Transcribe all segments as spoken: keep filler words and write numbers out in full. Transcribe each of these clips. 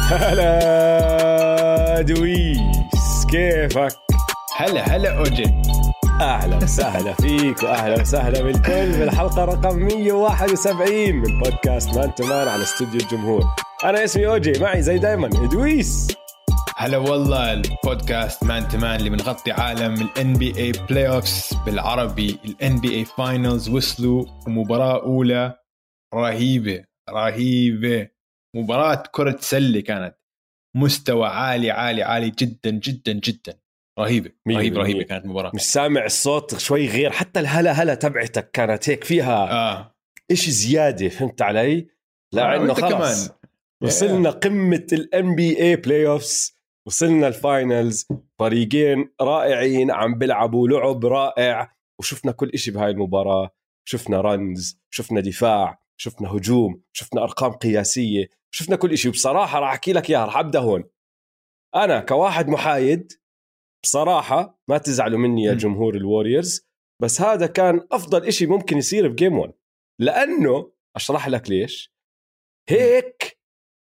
هلا دويس، كيفك؟ هلا هلا أوجي، أهلا وسهلا فيك وأهلا وسهلا بالكل في الحلقة رقم مية وواحد وسبعين من بودكاست مان تمان على استوديو الجمهور. أنا اسمي أوجي، معي زي دايما دويس. هلا والله. البودكاست مان تمان اللي بنغطي عالم ال إن بي إيه Playoffs بالعربي. ال إن بي إيه Finals وصلوا ومباراة أولى رهيبة رهيبة، مباراة كرة سلة كانت مستوى عالي عالي عالي جدا جدا جدا، رهيبة رهيبة رهيبة كانت مباراة. مش سامع الصوت شوي غير، حتى الهلا هلا تبعتك كانت هيك فيها آه. إشي زيادة، فهمت علي؟ لأنه آه خلاص كمان. وصلنا قمة ال إن بي إيه Playoffs، وصلنا الفاينلز، فريقين رائعين عم بيلعبوا لعب رائع، وشفنا كل إشي بهاي المباراة. شفنا رنز، شفنا دفاع، شفنا هجوم، شفنا أرقام قياسية، شفنا كل إشي. وبصراحة راح أحكي لك إياها، راح أبدأ هون. أنا كواحد محايد بصراحة، ما تزعلوا مني يا جمهور الواريورز، بس هذا كان أفضل إشي ممكن يصير بجيم ون، لأنه أشرح لك ليش. هيك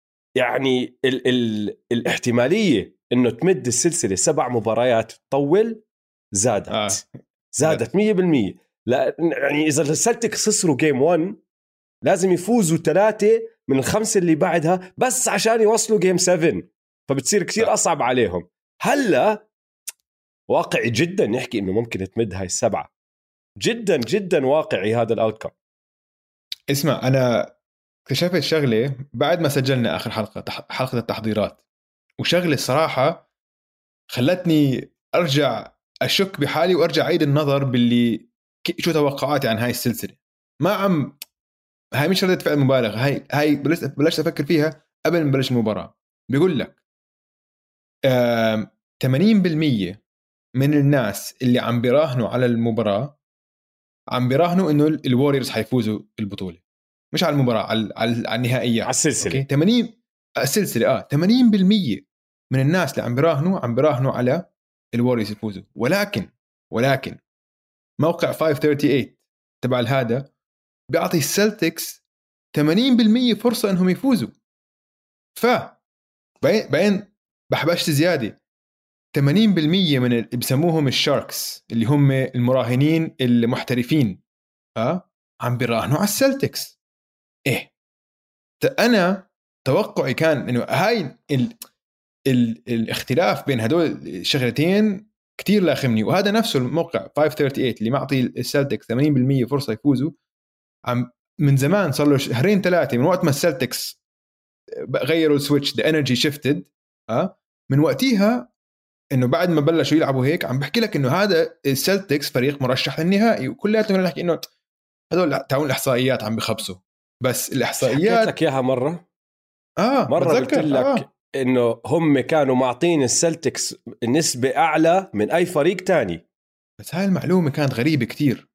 يعني ال ال الاحتمالية إنه تمد السلسلة سبع مباريات تطول زادت آه. زادت مية بالمية. لا يعني إذا السلتكس خسروا جيم واحد لازم يفوزوا ثلاثة من الخمسة اللي بعدها بس عشان يوصلوا جيم سبعة، فبتصير كتير أصعب عليهم. هلا واقعي جدا نحكي إنه ممكن تمد هاي السبعة، جدا جدا واقعي هذا الأوتكم. اسمع، أنا اكتشفت شغلة بعد ما سجلنا آخر حلقة حلقة التحضيرات، وشغلة الصراحة خلتني أرجع أشك بحالي وأرجع أعيد النظر باللي شو توقعاتي عن هاي السلسلة. ما عم هاي مش ردة فعل مبالغة، هاي هاي بلشت بلشت أفكر فيها قبل ما نبلش المباراة. بيقول لك ثمانين بالمية من الناس اللي عم بيراهنوا على المباراة عم بيراهنوا إنه الواريورز حيفوزوا البطولة، مش على المباراة، على على النهائيات، على السلسلة. أوكي. ثمانين السلسلة اه ثمانين بالمية من الناس اللي عم بيراهنوا عم بيراهنوا على الواريورز يفوزوا. ولكن ولكن موقع خمسمية وثمانية وثلاثين تبع الهذا بيعطي السلتكس ثمانين بالمية فرصة انهم يفوزوا. ف بين بين بحبشت زيادة، ثمانين بالمية من اللي بسموهم الشاركس اللي هم المراهنين المحترفين ها عم بيراهنوا على السلتكس. ايه انا توقعي كان انه هاي ال... ال... الاختلاف بين هدول الشغلتين كتير لاخمني. وهذا نفسه الموقع خمسمية وثمانية وثلاثين اللي معطي السلتكس ثمانين بالمية فرصة يفوزوا عم من زمان، صار له شهرين ثلاثة من وقت ما السلتكس غيروا السويتش، the energy shifted ها من وقتها، انه بعد ما بلشوا يلعبوا هيك عم بحكي لك انه هذا السلتكس فريق مرشح للنهائي. وكلياتنا نحكي انه هذول تعاون الاحصائيات عم بخبصوا، بس الاحصائيات حكيت لك اياها مره اه مره قلت لك آه. انه هم كانوا معطين السلتكس نسبه اعلى من اي فريق تاني. بس هاي المعلومه كانت غريبه كتير.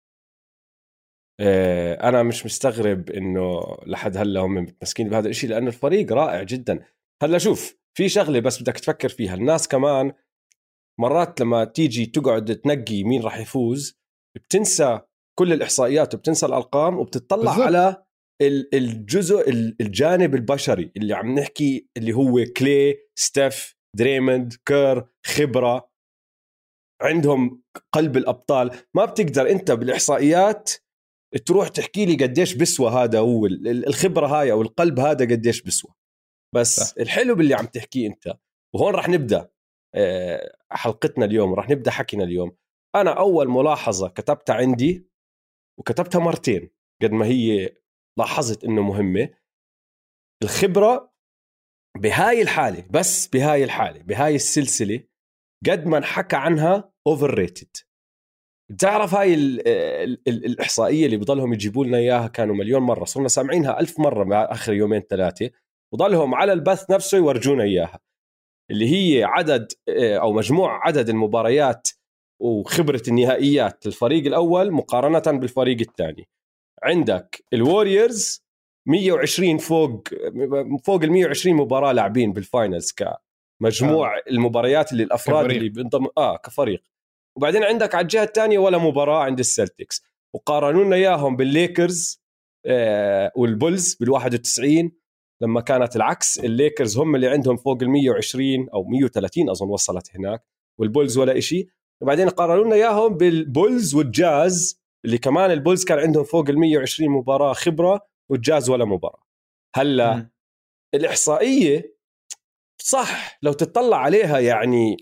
آه انا مش مستغرب انه لحد هلا هم متمسكين بهذا الشيء، لانه الفريق رائع جدا. هلا شوف، في شغله بس بدك تفكر فيها. الناس كمان مرات لما تيجي تقعد تنقي مين راح يفوز بتنسى كل الاحصائيات وبتنسى الارقام وبتطلع بالزبط على الجزء الجانب البشري اللي عم نحكي، اللي هو كلي، ستيف، دريموند، كير، خبرة، عندهم قلب الأبطال. ما بتقدر أنت بالإحصائيات تروح تحكي لي قديش بسوى هذا، هو الخبرة هاي أو القلب هذا قديش بسوى. بس صح. الحلو باللي عم تحكيه أنت، وهون رح نبدأ حلقتنا اليوم، رح نبدأ حكينا اليوم. أنا أول ملاحظة كتبتها عندي وكتبتها مرتين قد ما هي لاحظت إنه مهمة، الخبرة بهاي الحالة، بس بهاي الحالة بهاي السلسلة قد ما نحكى عنها overrated. تعرف هاي ال ال ال الإحصائية اللي بضلهم يجيبوا لنا إياها كانوا مليون مرة، صرنا سامعينها ألف مرة مع آخر يومين ثلاثة، وضلهم على البث نفسه يورجونا إياها، اللي هي عدد أو مجموع عدد المباريات وخبرة النهائيات للفريق الأول مقارنة بالفريق الثاني. عندك الواريورز مية وعشرين فوق فوق ال مية وعشرين مباراة لاعبين بالفاينلز كمجموع آه. المباريات اللي الأفراد كفريق. اللي بينضم آه كفريق. وبعدين عندك على الجهة الثانية ولا مباراة عند السلتكس، وقارنونا إياهم بالليكرز آه والبولز بالواحد وتسعين، لما كانت العكس، الليكرز هم اللي عندهم فوق ال مية وعشرين أو مية وثلاثين أظن وصلت هناك، والبولز ولا إشي. وبعدين قارنوا لنا إياهم بالبولز والجاز اللي كمان البولز كان عندهم فوق ال مية وعشرين مباراة خبرة والجاز ولا مباراة. هلا م. الإحصائية صح لو تطلع عليها، يعني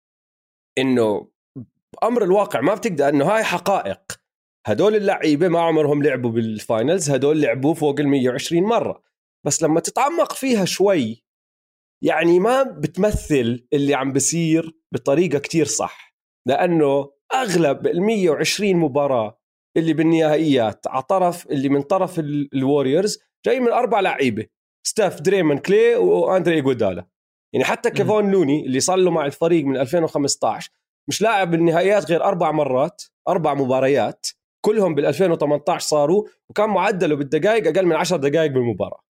إنه أمر الواقع ما بتقدر إنه هاي حقائق. هدول اللعيبة ما عمرهم لعبوا بالفاينلز، هدول لعبوا فوق ال مية وعشرين مرة. بس لما تتعمق فيها شوي يعني ما بتمثل اللي عم بيصير بطريقة كتير صح، لأنه أغلب ال مية وعشرين مباراة اللي بالنهائيات على طرف اللي من طرف الواريورز جاي من أربع لعيبة، ستاف، دريمون، كلي، وأندري إيغودالا. يعني حتى كيفون لوني اللي صار له مع الفريق من ألفين وخمسة عشر مش لاعب بالنهائيات غير أربع مرات، أربع مباريات، كلهم بال ألفين وثمانية عشر صاروا، وكان معدله بالدقائق أقل من عشر دقائق بالمباراة.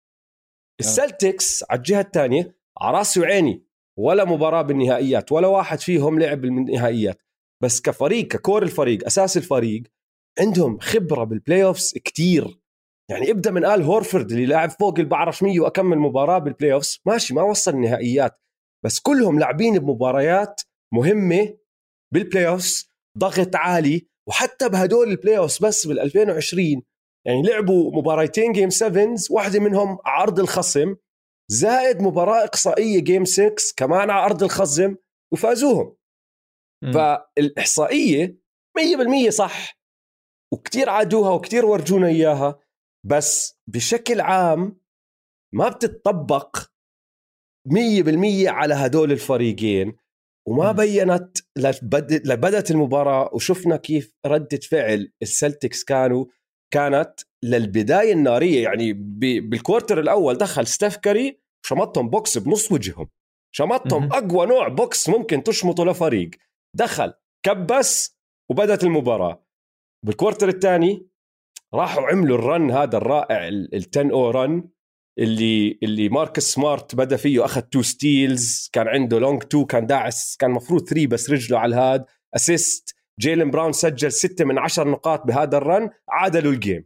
السلتكس على الجهة الثانية على راسي وعيني ولا مباراة بالنهائيات، ولا واحد فيهم لعب بالنهائيات، بس كفريق ككور الفريق أساس الفريق عندهم خبرة بالبلاي أوفس كتير. يعني ابدأ من آل هورفورد اللي لاعب فوق البعرش مية وأكمل مباراة بالبلاي أوفس، ماشي ما وصل النهائيات، بس كلهم لاعبين بمباريات مهمة بالبلاي أوفس، ضغط عالي. وحتى بهدول البلاي أوفس بس بال2020 يعني لعبوا مباراتين جيم سفنز، واحدة منهم عرض الخصم، زائد مباراة إقصائية جيم ستة كمان على أرض الخصم وفازوهم. م. فالإحصائية مية بالمية صح، وكتير عادوها وكتير ورجونا إياها، بس بشكل عام ما بتتطبق مية بالمية على هدول الفريقين. وما م. بيّنت لبدت المباراة وشفنا كيف ردة فعل السلتكس كانوا كانت للبداية النارية. يعني بالكوارتر الأول دخل ستيف كاري شمطهم بوكس بنص وجههم، شمطهم م- أقوى نوع بوكس ممكن تشمطه لفريق، دخل كبس وبدت المباراة. بالكوارتر الثاني راحوا عملوا الرن هذا الرائع التن او رن اللي اللي ماركس سمارت بدأ فيه، أخذ تو ستيلز، كان عنده لونج تو، كان داعس، كان مفروض ثري بس رجله على الهاد، أسيست، جيلن براون سجل ستة من عشر نقاط بهذا الرن، عادلوا الجيم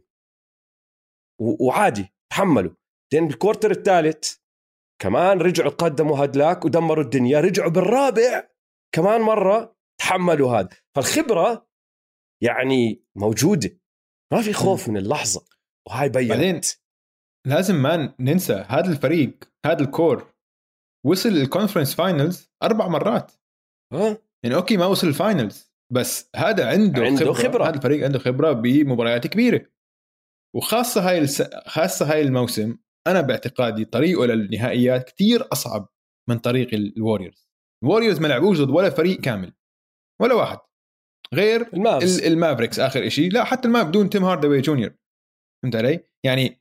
وعادي تحملوا. لأن بالكوارتر الثالث كمان رجعوا قدموا هادلاك ودمروا الدنيا، رجعوا بالرابع كمان مرة تحملوا هذا. فالخبرة يعني موجودة، ما في خوف من اللحظة، وهاي بيّنت. لازم ما ننسى هذا الفريق، هذا الكور وصل الكونفرنس فاينلز أربع مرات. ها يعني أوكي ما وصل الفاينلز، بس هذا عنده, عنده خبرة. خبرة. هذا الفريق عنده خبرة بمباريات كبيرة، وخاصة هاي الس... خاصة هاي الموسم أنا باعتقادي طريقه للنهائيات كتير أصعب من طريق الواريورز. الواريورز ما لعبوش ضد ولا فريق كامل، ولا واحد غير المافز. المافريكس آخر إشي، لا حتى الماف بدون تيم هارداوي جونيور. فهمت علي؟ يعني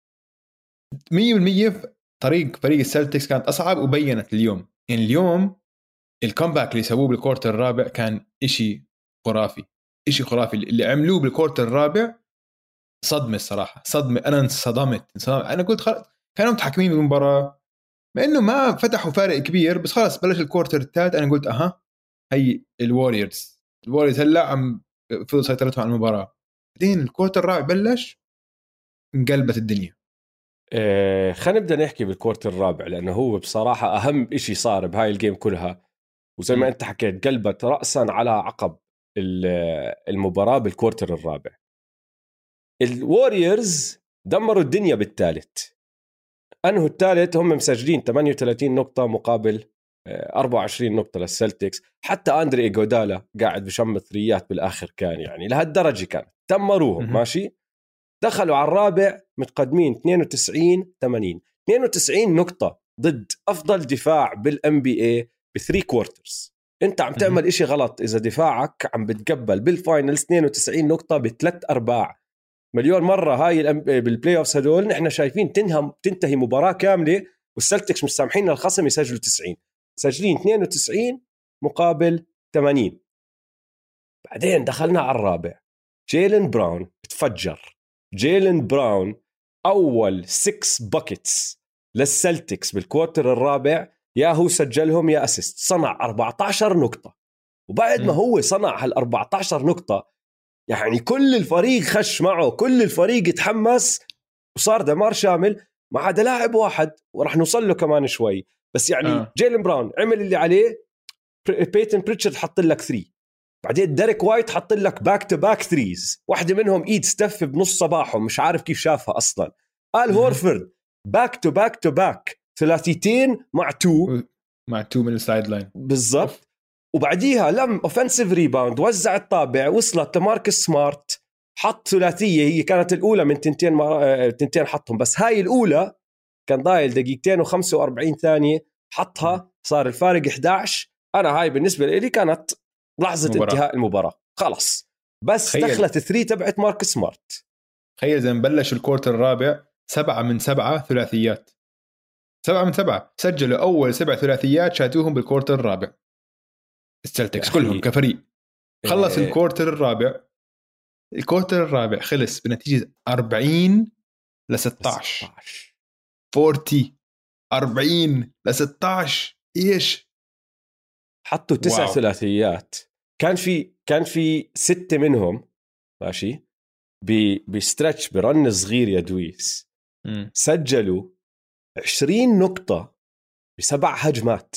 مية بالمية طريق فريق السلتكس كانت أصعب، وبينت اليوم. يعني اليوم الكومباك اللي سووه بالكورتر الرابع كان إشي خرافي، إشي خرافي اللي عملوه بالكورتر الرابع. صدمة الصراحة، صدمة. أنا انصدمت، أنا قلت خلاص كانوا متحكمين بالمباراة، مع إنه ما فتحوا فارق كبير، بس خلاص بلش الكورتر الثالث أنا قلت أها هي الواريورز الواريورز هلا عم فضل سيطرتهم على المباراة. بعدين الكورتر الرابع بلش انقلبت الدنيا. إيه خلينا نبدأ نحكي بالكورتر الرابع، لأنه هو بصراحة أهم إشي صار بهاي الجيم كلها، وزي ما م. أنت حكيت قلبت رأسا على عقب المباراة بالكورتر الرابع. الواريورز دمروا الدنيا بالثالث. أنهوا الثالث هم مسجلين ثمانية وثلاثين نقطة مقابل أربعة وعشرين نقطة للسلتكس. حتى أندري إيغودالا قاعد بشمت ثريات بالآخر، كان يعني لهالدرجة كان دمروهم. م- ماشي. دخلوا على الرابع متقدمين اثنين وتسعين ثمانين، اثنين وتسعين نقطة ضد أفضل دفاع بالإن بي إيه بثري كوارترز. أنت عم تعمل إشي غلط إذا دفاعك عم بتقبل بالفاينلز اثنين وتسعين نقطة بثلاث أرباع. مليون مرة هاي بالبلاي أوفس هدول نحن شايفين تنهم تنتهي مباراة كاملة والسلتكس مش سامحين الخصم يسجلوا تسعين، سجلين اثنين وتسعين مقابل ثمانين. بعدين دخلنا على الرابع، جيلن براون تفجر. جيلن براون أول ستة باكيتس للسلتكس بالكوارتر الرابع، يا هو سجلهم يا أسيست، صنع أربعة عشر نقطة. وبعد ما هو صنع هال أربعة عشر نقطة يعني كل الفريق خش معه، كل الفريق اتحمس وصار دمار شامل. ما عدا لاعب واحد وراح نوصل له كمان شوي، بس يعني آه. جيلن براون عمل اللي عليه. بيتن بريتشارد حط لك ثري، بعدين ديريك وايت حط لك باك تو باك ثريز، واحدة منهم ايد ستف بنص صباحهم مش عارف كيف شافها اصلا. آل هورفورد باك تو باك تو باك ثلاثيتين مع تو مع تو من السايد لاين بالضبط. وبعديها لم اوفنسيف ريباوند وزع الطابع وصلت لماركس سمارت حط ثلاثيه، هي كانت الاولى من تنتين مر... تنتين حطهم، بس هاي الاولى كان ضايل دقيقتين وخمسة وأربعين ثانيه حطها، صار الفارق إحدى عشر. انا هاي بالنسبه لي كانت لحظه مباراة. انتهاء المباراه خلص، بس خيل. دخلت الثري تبعت ماركس سمارت. تخيل زي بلش الكورتر الرابع سبعة من سبعة ثلاثيات، سبعة من سبعة سجلوا أول سبع ثلاثيات شاتوهم بالكورتر الرابع السلتكس كلهم كفريق. خلص إيه. الكورتر الرابع الكورتر الرابع خلص بنتيجة أربعين لستة عشر أربعين أربعين لستة عشر. إيش حطوا تسع واو. ثلاثيات كان في كان في ستة منهم ماشي بستريتش برن صغير يا دويس م. سجلوا عشرين نقطة بسبع هجمات.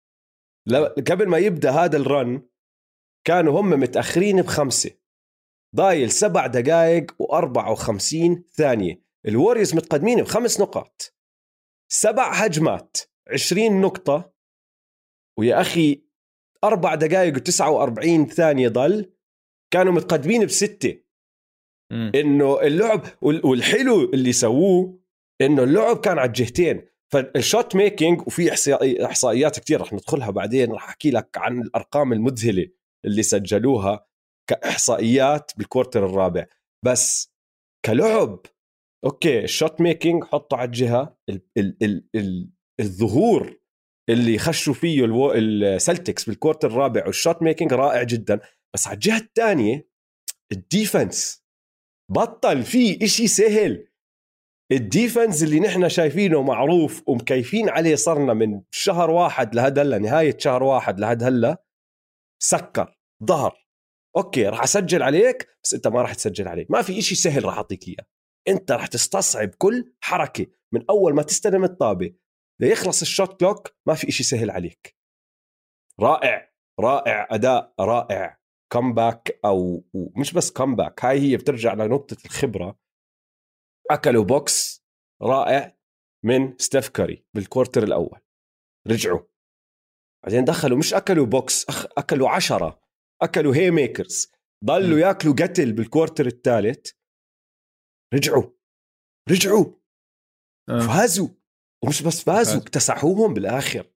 قبل ما يبدأ هذا الرن كانوا هم متأخرين بخمسة، ضايل سبع دقائق وأربعة وخمسين ثانية، الواريوز متقدمين بخمس نقاط، سبع هجمات عشرين نقطة، ويا أخي أربع دقائق وتسعة وأربعين ثانية ضل كانوا متقدمين بستة. م. إنه اللعب والحلو اللي سووه إنه اللعب كان على الجهتين، فالشوت ميكينج وفي إحصائيات كتير رح ندخلها بعدين، رح أحكي لك عن الأرقام المذهلة اللي سجلوها كإحصائيات بالكورتر الرابع. بس كلعب أوكي الشوت ميكينج حطوا على الجهة ال ال ال ال الظهور اللي خشوا فيه السلتكس بالكورتر الرابع والشوت ميكينج رائع جدا، بس على الجهة الثانية الديفنس بطل فيه إشي سهل. الديفنس اللي نحن شايفينه معروف ومكيفين عليه صرنا من شهر واحد لهذا هلا، نهاية شهر واحد لهذا هلا سكر ظهر. اوكي راح اسجل عليك بس انت ما راح تسجل عليك، ما في إشي سهل راح اعطيك اياه، انت راح تستصعب كل حركة من اول ما تستلم الطابة ليخلص الشوت كلوك، ما في إشي سهل عليك. رائع رائع اداء رائع، كومباك او مش بس كومباك، هاي هي بترجع لنقطة الخبرة. اكلوا بوكس رائع من ستيف كاري بالكورتر الاول، رجعوا بعدين دخلوا مش اكلوا بوكس، اكلوا عشرة، اكلوا هي ميكرز، ضلوا ياكلوا قتل بالكورتر الثالث، رجعوا رجعوا آه. فازوا، ومش بس فازوا اكتسحوهم بالاخر.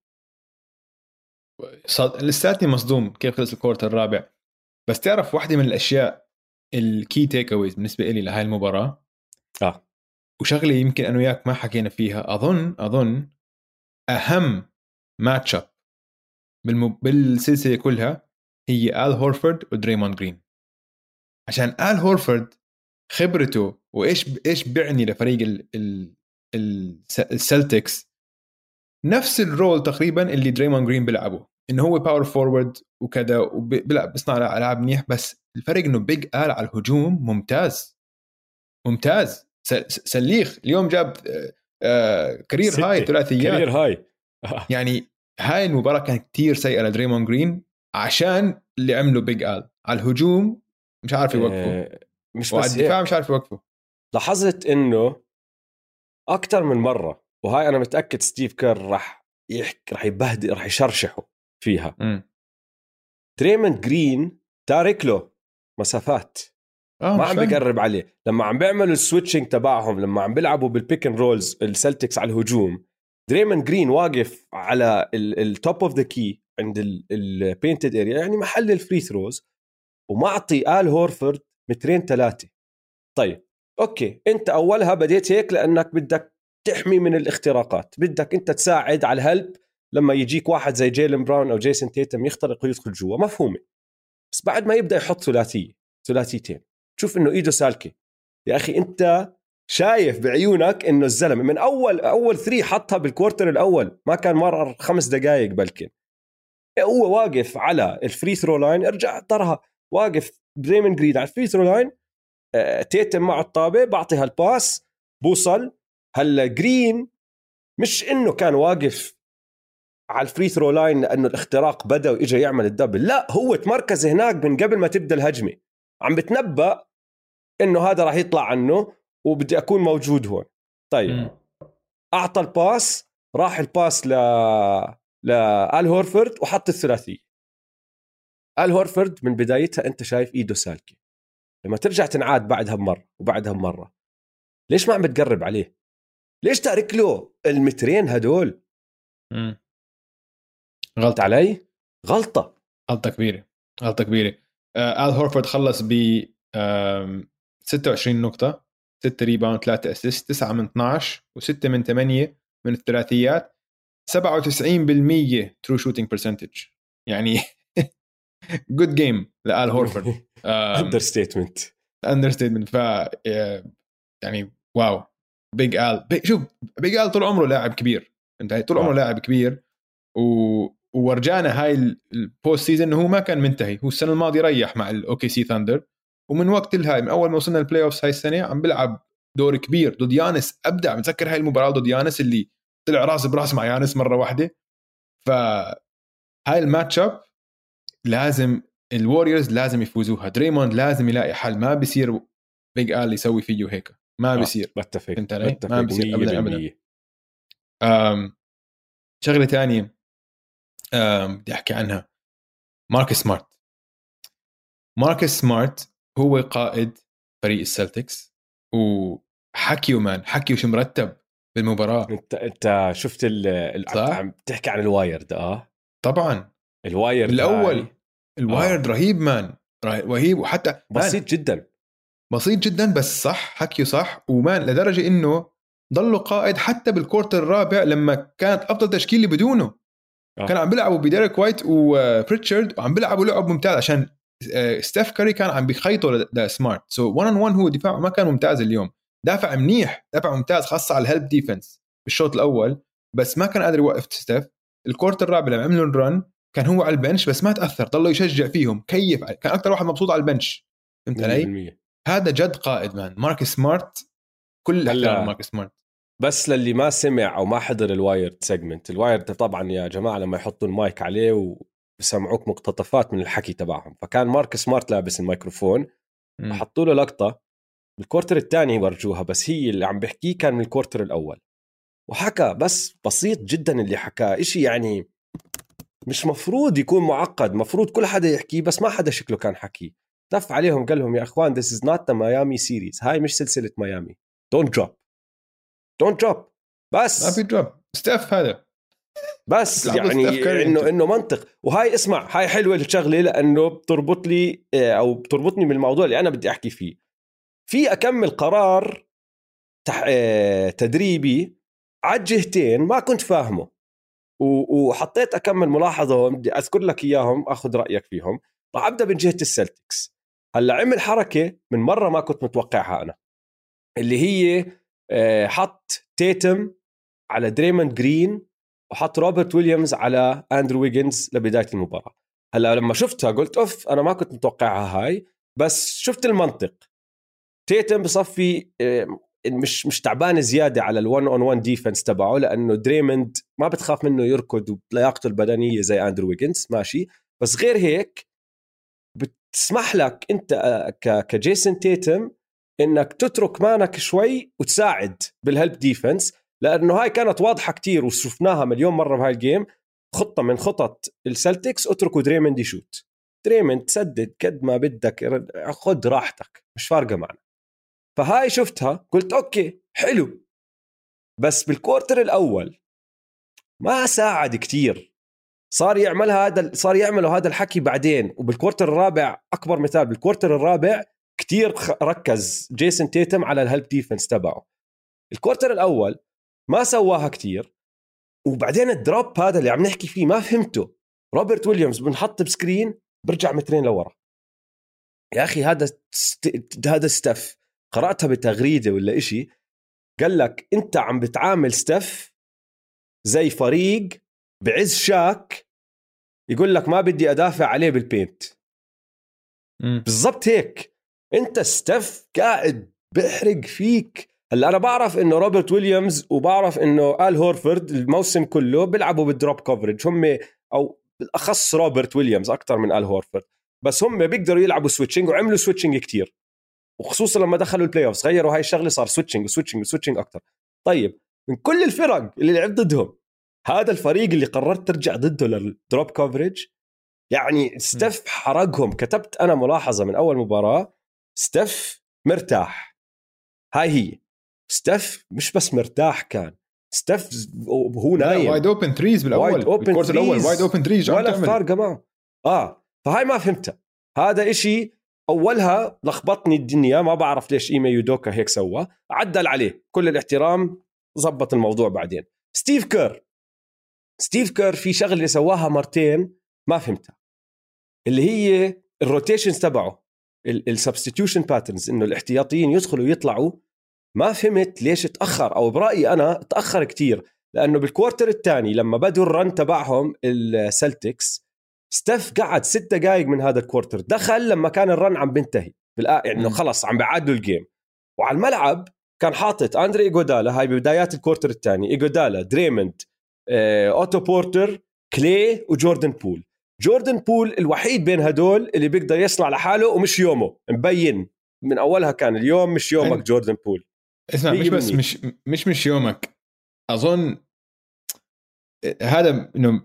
صد... لساتني مصدوم كيف خلص الكورتر الرابع. بس تعرف واحدة من الاشياء الكي تيك اويز بالنسبه لي لهاي المباراه اه وشغله يمكن انا وياك ما حكينا فيها، اظن اظن اهم ماتش اب بالمب... بالسلسله كلها هي آل هورفورد ودريموند جرين. عشان آل هورفورد خبرته وايش ايش بيعني لفريق ال... ال... السلتكس نفس الرول تقريبا اللي دريموند جرين بيلعبه، انه هو باور فورورد وكذا وبيلعب بيصنع العاب منيح، بس الفرق انه بيج آل على الهجوم ممتاز ممتاز سليخ. اليوم جاب كارير هاي ثلاثيات، كارير هاي يعني هاي المباراة كانت كتير سيئة لدريموند جرين عشان اللي عمله بيج آل على الهجوم، مش عارف يوقفه آه مش وعلى بس الدفاع مش عارف يوقفه. لاحظت انه اكتر من مرة، وهاي انا متأكد ستيف كير راح يحكي راح يبهدل راح يشرشحه فيها. م. دريموند جرين تارك له مسافات آه ما عم بيقرب عليه، لما عم بيعملوا السويتشنج تبعهم، لما عم بيلعبوا بالبيك اند رولز السلتكس على الهجوم، دريموند جرين واقف على التوب اوف ذا كي عند البينتد اريا يعني محل الفري ثروز، ومعطي آل هورفورد مترين ثلاثة. طيب اوكي انت اولها بديت هيك لانك بدك تحمي من الاختراقات، بدك انت تساعد على الهلب لما يجيك واحد زي جيلن براون او جيسون تيتم يخترق ويدخل جوا، مفهومه. بس بعد ما يبدا يحط ثلاثيه ثلاثيتين تشوف انه ايده سالكه. يا اخي انت شايف بعيونك انه الزلمه من اول اول ثري حطها بالكوارتر الاول، ما كان مرر خمس دقائق بلكن، هو واقف على الفري ثرو لاين، ارجع طرها واقف دريموند جرين على الفري ثرو لاين، تيتم معه الطابه، بعطيها الباس، بوصل هلا جرين مش انه كان واقف على الفري ثرو لاين لانه الاختراق بدا واجا يعمل الدبل، لا هو تمركز هناك من قبل ما تبدا الهجمه، عم بتنبأ انه هذا راح يطلع عنه وبدي اكون موجود هون. طيب م. اعطى الباس، راح الباس ل لآل هورفورد وحط الثلاثيه. آل هورفورد من بدايتها انت شايف ايده سالكه، لما ترجع تنعاد بعدها بمره وبعدها بمره ليش ما عم بتقرب عليه؟ ليش تارك له المترين هدول؟ امم غلطة علي، غلطة غلطة كبيرة، غلطة كبيرة. آه آل هورفورد خلص ب ستة وعشرين نقطة، ستة ريباوند، ثلاثة اسيست، تسعة من اثناشر و6 من ثمانية من الثلاثيات، سبعة وتسعين بالمية ترو شوتينج برسنتج. يعني جود جيم لآل هورفورد. اندر ستيتمنت اندر ستيتمنت. ف يعني واو، بيج آل. بي شوف بيج آل طول عمره لاعب كبير، انت طول عمره لاعب كبير، و وورجانا هاي البوست سيزون انه هو ما كان منتهي. هو السنه الماضيه ريح مع الاوكي سي ثاندر، ومن وقت الهاي من اول ما وصلنا البلاي اوفز هاي السنه عم بيلعب دور كبير ضد يانس. ابدع. متذكر هاي المباراه ضد يانس اللي طلع راس براس مع يانس مره واحده. فهاي الماتش اب لازم الواريورز لازم يفوزوها. دريموند لازم يلاقي حل، ما بيصير بيج آل يسوي فيه هيك، ما بيصير. آه. بتفق بتفق ما بيصير ابدا ابدا. أم شغله ثانيه بدي احكي عنها، ماركس سمارت. ماركس سمارت هو قائد فريق السلتكس، وحكيو مان حكيو شو مرتب بالمباراة. انت انت شفت ال عم تحكي عن الوايرد؟ اه طبعا الوايرد الاول الوايرد آه. رهيب مان، رهيب. وحتى بسيط جدا بسيط جدا، بس صح حكيو صح. ومان لدرجة انه ضلوا قائد حتى بالكورتر الرابع لما كانت افضل تشكيلة بدونه. آه. كان عم بيلعبوا بديريك وايت وبريتشارد وعم بيلعبوا لعب ممتاز عشان ستيف كاري كان عم بيخيطوا لسمارت. سو وان اون وان هو دفاعه ما كان ممتاز اليوم. دافع منيح، دافع ممتاز خاصة على الهيلب ديفنس بالشوط الأول، بس ما كان قادر يوقف ستيف. الكورتر الرابع لما عملوا الرن كان هو على البنش بس ما تأثر، ضل يشجع فيهم، كيف، كان أكتر واحد مبسوط على البنش. فهمت علي؟ هذا جد قائد مان مارك سمارت. كل احترام مارك سمارت. بس للي ما سمع أو ما حضر الوايرد سيجمنت، الوايرد طبعا يا جماعة لما يحطوا المايك عليه و بسمعوك مقتطفات من الحكي تبعهم، فكان مارك سمارت لابس الميكروفون وحطوا له لقطة بالكورتر الثاني ورجوها، بس هي اللي عم بحكيه كان من الكورتر الأول، وحكى بس بسيط جدا اللي حكاه، إشي يعني مش مفروض يكون معقد، مفروض كل حدا يحكيه بس ما حدا شكله كان حكيه. دف عليهم قال لهم يا أخوان this is not the Miami series، هاي مش سلسلة ميامي، don't drop don't drop. بس ما في دروب ستيف هذا بس يعني انه انه منطق. وهاي اسمع هاي حلوه الشغله لانه بتربط لي او بتربطني من الموضوع اللي انا بدي احكي فيه. في اكمل قرار تح... تدريبي على الجهتين ما كنت فاهمه، وحطيت اكمل ملاحظه بدي اذكر لك اياهم اخذ رايك فيهم. راح ابدا من جهه السلتكس. هلا عمل حركه من مره ما كنت متوقعها انا، اللي هي حط تيتم على دريموند جرين وحط روبرت ويليامز على أندرو ويجنز لبداية المباراة. هلا لما شفتها قلت أوف أنا ما كنت متوقعها هاي، بس شفت المنطق. تيتم بصفي مش مش تعبان زيادة على الون اون وان ديفنس تبعه، لأنه دريموند ما بتخاف منه يركض بلياقته البدنية زي أندرو ويجنز ماشي، بس غير هيك بتسمح لك أنت كجيسون تيتم إنك تترك مانك شوي وتساعد بالهلب ديفنس، لأنه هاي كانت واضحة كتير وشفناها مليون مرة بهاي الجيم. خطة من خطط السلتكس اتركوا دريموند يشوت، دريموند تسدد قد ما بدك، خد راحتك مش فارقة معنا. فهاي شفتها قلت أوكي حلو، بس بالكورتر الأول ما ساعد كتير، صار يعملها هذا صار يعملوا هذا الحكي بعدين. وبالكورتر الرابع أكبر مثال، بالكورتر الرابع كتير ركز جيسون تيتم على الهلب ديفنس تبعه. الكورتر الأول ما سواها كتير، وبعدين الدروب هذا اللي عم نحكي فيه ما فهمته. روبرت ويليامز بنحط بسكرين برجع مترين لورا. يا أخي هذا ست... هذا ستيف قرأتها بتغريدة ولا إشي، قال لك أنت عم بتعامل ستيف زي فريق بعز شاك يقول لك ما بدي أدافع عليه بالبينت. بالضبط هيك. أنت ستيف قاعد بحرق فيك هلا انا بعرف انه روبرت ويليامز وبعرف انه آل هورفورد الموسم كله بيلعبوا بالدروب كفرج هم، او بالاخص روبرت ويليامز اكثر من آل هورفورد، بس هم بيقدروا يلعبوا سويتشنج وعملوا سويتشنج كتير، وخصوصا لما دخلوا البلاي اوفز غيروا هاي الشغله، صار سويتشنج وسويتشنج وسويتشنج اكثر. طيب من كل الفرق اللي لعب ضدهم هذا الفريق اللي قررت ترجع ضده للدروب كفرج، يعني ستيف حرقهم. كتبت انا ملاحظه من اول مباراه، ستيف مرتاح، هاي هي ستيف مش بس مرتاح، كان ستيف وهو نايم وايد اوبن ثريز بالاول بالكورتر الاول، وايد اوبن ثريز ولا فارقه معه. اه فهاي ما فهمتها، هذا إشي اولها لخبطني الدنيا، ما بعرف ليش ايمي يودوكا هيك سوى، عدل عليه كل الاحترام، زبط الموضوع. بعدين ستيف كير ستيف كير في شغله سواها مرتين ما فهمتها، اللي هي الروتيشنز تبعه، السبستيتيوشن باترنز، انه الاحتياطيين يدخلوا ويطلعوا. ما فهمت ليش تأخر، أو برأيي أنا تأخر كتير، لأنه بالكوارتر الثاني لما بدوا الرن تبعهم السلتكس، ستيف قعد ست دقائق من هذا الكوارتر، دخل لما كان الرن عم بنتهي بالآ... يعني خلص عم بعادلوا الجيم، وعلى الملعب كان حاطط أندري إيغودالا، هاي ببدايات الكوارتر الثاني، إيغودالا، دريموند، آه، أوتو بورتر، كلي، وجوردن بول. جوردن بول الوحيد بين هدول اللي بيقدر يصنع لحاله، ومش يومه مبين من أولها، كان اليوم مش يومك أين... جوردن بول. اسمع، مش بس مش مش مش يومك، اظن هذا انه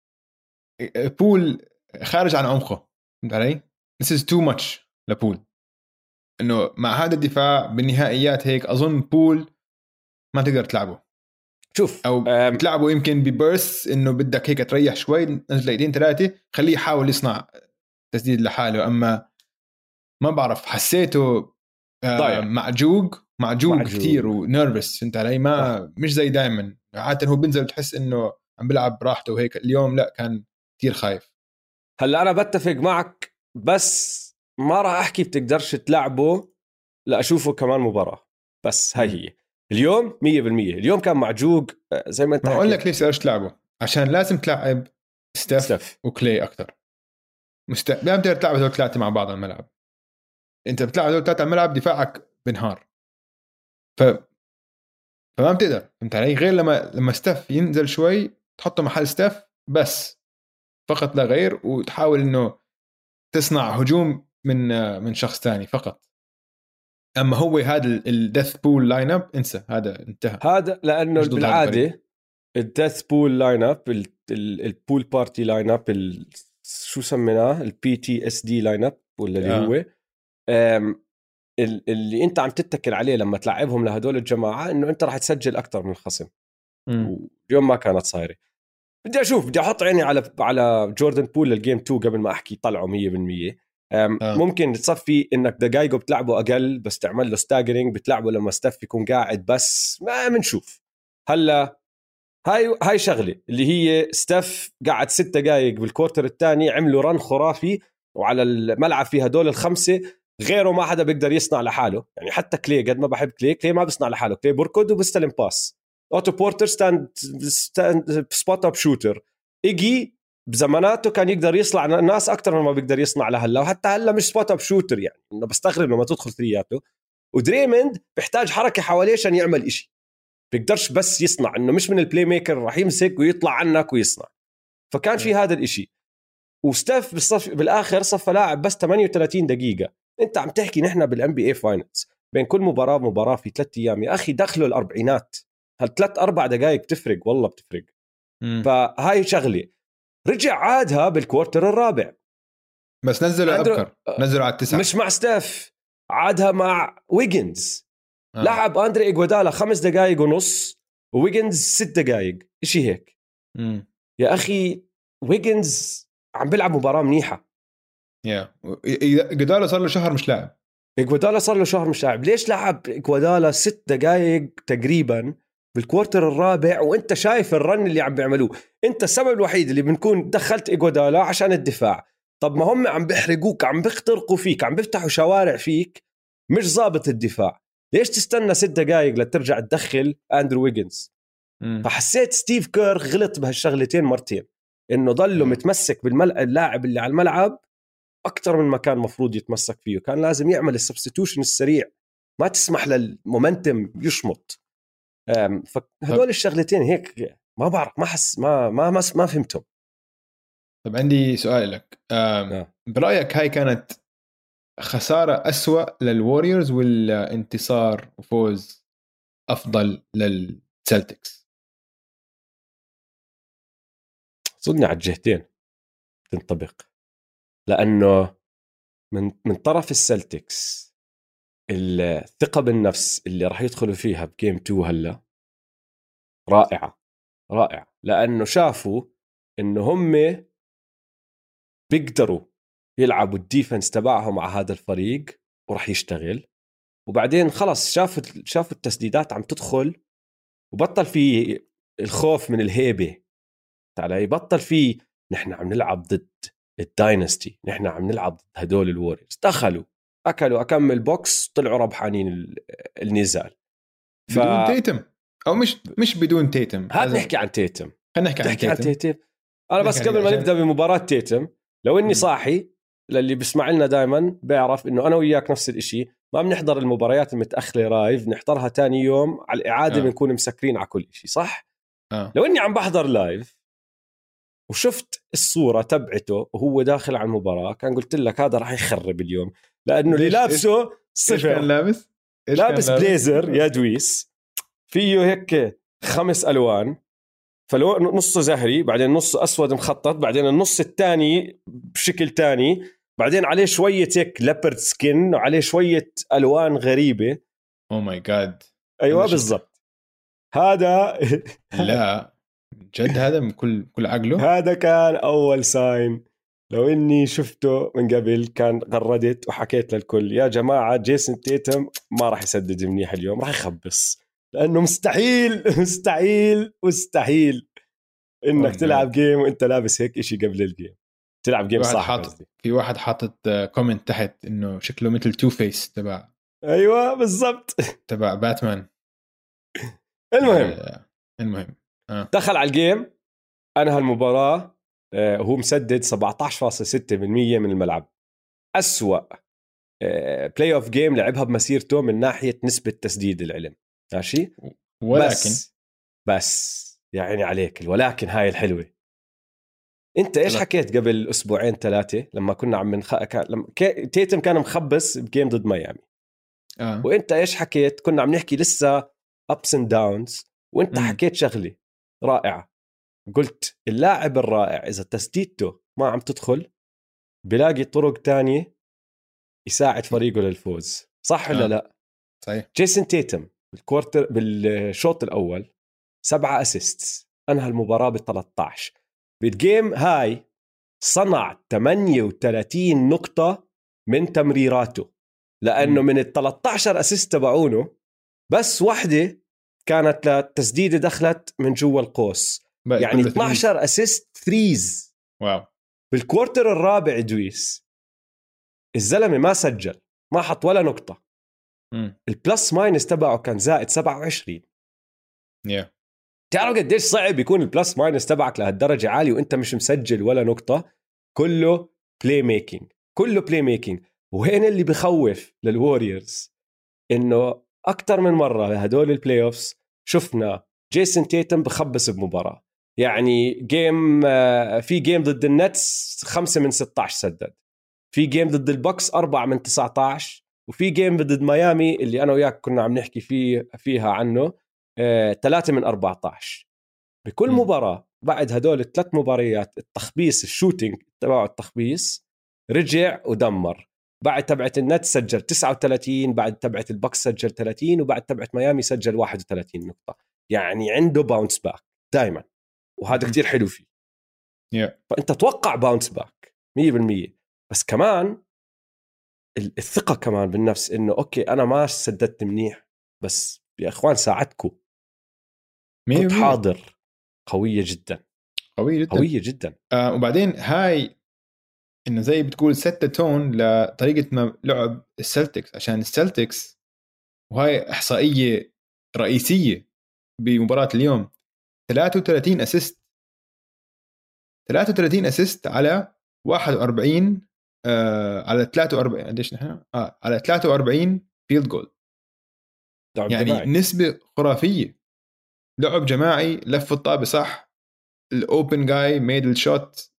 بول خارج عن عمقه، فهمت علي؟ This is too much لبول، انه مع هذا الدفاع بالنهائيات هيك اظن بول ما تقدر تلعبه. شوف او أم... تلعبه يمكن ببرس، انه بدك هيك تريح شوي، نزل ايدين ثلاثه، خليه يحاول يصنع تسديد لحاله. اما ما بعرف، حسيته آه معجوق معجوق, معجوق كتير ونيرفس، انت علي؟ ما صح. مش زي دائما، عاده هو بنزل تحس انه عم بلعب براحته وهيك، اليوم لا، كان كتير خايف. هلا انا بتفق معك، بس ما راح احكي بتقدرش تلعبه، لا اشوفه كمان مباراه، بس هاي هي اليوم مية بالمية. اليوم كان معجوق زي ما انت حكيت. اقول لك ليش تقدرش تلعبه، عشان لازم تلعب ستيف, ستيف. وكلي اكثر. مست... ما بتقدر تلعب هذول ثلاثه مع بعض على الملعب، انت بتلعب هذول ثلاثه على الملعب دفاعك بنهار، ف فما بتقدر، فهمت علي؟ غير لما لما ستيف ينزل شوي تحطه محل ستيف بس، فقط لا غير، وتحاول انه تصنع هجوم من من شخص ثاني فقط. اما هو هذا الديث بول لاين اب انسى، هذا انتهى. هذا لانه بالعاده الديث بول لاين اب، البول بارتي لاين اب، شو سميناه، البي تي اس دي لاين اب، ولا اللي آه. هو اللي انت عم تتكل عليه لما تلعبهم لهدول الجماعه، انه انت راح تسجل اكثر من الخصم. واليوم ما كانت صايره. بدي اشوف، بدي احط عيني على على جوردن بول للجيم تو قبل ما احكي طلعوا مية بالمية. آه. ممكن تصفي انك دقايقه بتلعبه اقل، بس تعمل له ستاجرينج، بتلعبه لما ستيف يكون قاعد بس، ما بنشوف. هلا هاي هاي شغله اللي هي ستيف قاعد ست دقائق بالكورتر الثاني، عملوا رن خرافي، وعلى الملعب في هدول الخمسه غيره ما حدا بيقدر يصنع لحاله. يعني حتى كلي، قد ما بحب كلي، كلي ما بيصنع لحاله، كلي بركض وبستلم باس. اوتو بورتر ستاند, ستاند سبوت اب شوتر. ايجي بزماناته كان يقدر يصنع الناس اكثر مما بيقدر يصنع لهلا، وحتى هلا مش سبوت اب شوتر، يعني انه بستغرب لما تدخل ثرياته. ودريموند بيحتاج حركه حواليه عشان يعمل إشي، بيقدرش بس يصنع، انه مش من البلاي ميكر راح يمسك ويطلع عنك ويصنع. فكان في هذا الإشي. وستيف بالصف بالاخر صفى لاعب بس ثمانية وثلاثين دقيقه. انت عم تحكي نحن بالان بي اي فاينلز بين كل مباراه مباراه في ثلاث ايام يا اخي، دخلوا الاربعينات، هالثلاث اربع دقائق بتفرق، والله بتفرق. مم. فهاي شغله رجع عادها بالكوارتر الرابع، بس نزلوا ابكر، نزلوا على التسعه، مش مع ستيف، عادها مع ويجنز. آه. لعب اندري إيغودالا خمس دقائق ونص، وويجنز ست دقائق، اشي هيك. مم. يا اخي ويجنز عم بيلعب مباراه منيحه. يا إيغودالا صار له شهر مش لاعب، إيغودالا صار له شهر مش لاعب. ليش لعب إيغودالا ست دقائق تقريبا بالكوارتر الرابع وانت شايف الرن اللي عم بيعملوه؟ انت السبب الوحيد اللي بنكون دخلت إيغودالا عشان الدفاع. طب ما هم عم بيحرقوك، عم بيخترقوا فيك، عم بيفتحوا شوارع فيك، مش ضابط الدفاع. ليش تستنى ست دقائق لترجع تدخل أندرو ويجنز؟ م. فحسيت ستيف كير غلط بهالشغلتين مرتين، انه ضله متمسك باللاعب اللي على الملعب اكثر من ما كان مفروض يتمسك فيه. كان لازم يعمل السبستيتيوشن السريع ما تسمح للمومنتم يشمط. فهدول الشغلتين هيك ما بعرف، ما حس ما ما ما, ما فهمتهم. طب عندي سؤال لك، آه. برأيك هاي كانت خسارة أسوأ للواريورز ولا انتصار وفوز أفضل للسلتكس؟ صدني على الجهتين تنطبق، لأنه من من طرف السلتكس الثقة بالنفس اللي راح يدخلوا فيها بجيم تو هلا رائعة رائعة، لأنه شافوا إنه هم بيقدروا يلعبوا الديفنس تبعهم على هذا الفريق وراح يشتغل. وبعدين خلص شافوا شافوا التسديدات عم تدخل وبطل في الخوف من الهيبة، تعالى يبطل في نحن عم نلعب ضد الداينستي، نحن عم نلعب ضد هدول الوريورز. دخلوا أكلوا أكمل بوكس طلعوا ربحانين النزال. ف... بدون تيتم أو مش مش بدون تيتم. هات نحكي عن تيتم، خلينا نحكي عن تيتم. عن تيتم. أنا بس قبل ما عشان... نبدأ بمباراة تيتم، لو إني م. صاحي، للي بيسمع لنا دائما بيعرف إنه أنا وياك نفس الإشي، ما بنحضر المباريات المتأخرة لايف، نحضرها تاني يوم على الإعادة. آه. بنكون مسكرين على كل إشي صح. آه. لو إني عم بحضر لايف وشفت الصورة تبعته وهو داخل على المباراة، كان قلت لك هذا راح يخرب اليوم، لأنه اللي لابسه صفر. كان لابس إيش لابس كان بليزر لابس؟ يا دويس فيه هيك خمس ألوان، فلو نصه زهري، بعدين نصه أسود مخطط، بعدين النص الثاني بشكل تاني، بعدين عليه شوية هيك ليبرد سكين وعليه شوية ألوان غريبة. أوه ماي جاد. أيوة بالضبط هذا. لا جد هذا من كل كل عقله. هذا كان أول ساين. لو إني شفته من قبل كان غردت وحكيت للكل يا جماعة جيسون تيتم ما راح يسدد منيح اليوم، راح يخبص، لأنه مستحيل مستحيل مستحيل إنك تلعب جيم وإنت لابس هيك إشي قبل الجيم، تلعب جيم صح. حاطط في واحد حاطط كومنت تحت إنه شكله مثل تو فيس تبع. أيوة بالضبط تبع باتمان. المهم آه. المهم آه. دخل على الجيم، أنا هالمباراة آه هو مسدد سبعة عشر فاصلة ستة بالمية من الملعب. أسوأ آه بلاي أوف جيم لعبها بمسيرته من ناحية نسبة تسديد العلم، ماشي. ولكن بس, بس يعني عليك ولكن هاي الحلوة. انت ايش حكيت قبل اسبوعين ثلاثه لما كنا عم نخ... كان... لما ك... تيتم كان مخبص بجيم ضد ميامي آه. وانت ايش حكيت؟ كنا عم نحكي لسه ابس اند داونز، وانت م. حكيت شغله رائعه، قلت اللاعب الرائع اذا تسديدته ما عم تدخل بلاقي طرق تانية يساعد فريقه للفوز، صح ولا آه. لا؟ صحيح. جيسون تيتم بالكوارتر بالشوط الاول سبعة اسيستس، انهى المباراه ب ثلاثة عشر. بالجيم هاي صنع ثمانية وثلاثين نقطة من تمريراته، لأنه م. من ال ثلاثة عشر أسيست تبعونه بس واحدة كانت لتسديدة دخلت من جوا القوس، يعني اثنا عشر أسيست ثريز. واو. بالكوارتر الرابع دويس الزلمة ما سجل، ما حط ولا نقطة. م. البلس ماينس تبعه كان زائد سبعة وعشرين. yeah. تعرف قديش صعب يكون البلس ماينس تبعك لهالدرجة عالي وانت مش مسجل ولا نقطة؟ كله بلاي ميكينج، كله بلاي ميكينج. وهين اللي بخوف للواريورز انه اكتر من مرة هدول البلاي اوفز شفنا جيسون تيتم بخبص بمباراة، يعني جيم في جيم ضد النتس خمسة من ستة عشر سدد، في جيم ضد البوكس أربعة من تسعة عشر، وفي جيم ضد ميامي اللي أنا وياك كنا عم نحكي فيه فيها عنه ثلاثة من أربعة عشر. بكل م. مباراة بعد هدول الثلاث مباريات التخبيص الشوتينج تبع التخبيص رجع ودمر. بعد تبعت النت سجل تسعة وثلاثين، بعد تبعت البوكس سجل ثلاثين، وبعد تبعت ميامي سجل واحد وثلاثين نقطة. يعني عنده باونس باك دايما، وهذا كتير حلو فيه. yeah. فأنت توقع باونس باك مية بالمية، بس كمان الثقة كمان بالنفس إنه أوكي أنا ما سددت منيح بس يا إخوان ساعدكم، كنت حاضر. قوية جدا قوية جدا قوية جدا. آه وبعدين هاي إنه زي بتقول ستة تون لطريقة ما لعب السلتكس، عشان السلتكس وهاي إحصائية رئيسية بمباراة اليوم ثلاثة وثلاثين أسيست ثلاثة وثلاثين أسيست على واحد وأربعين آه على ثلاثة وأربعين قديش نحن آه على ثلاثة وأربعين فيلد جول. يعني جماعي. نسبة خرافية، لعب جماعي، لف الطابة صح، الأوبن جاي ميد الشوت.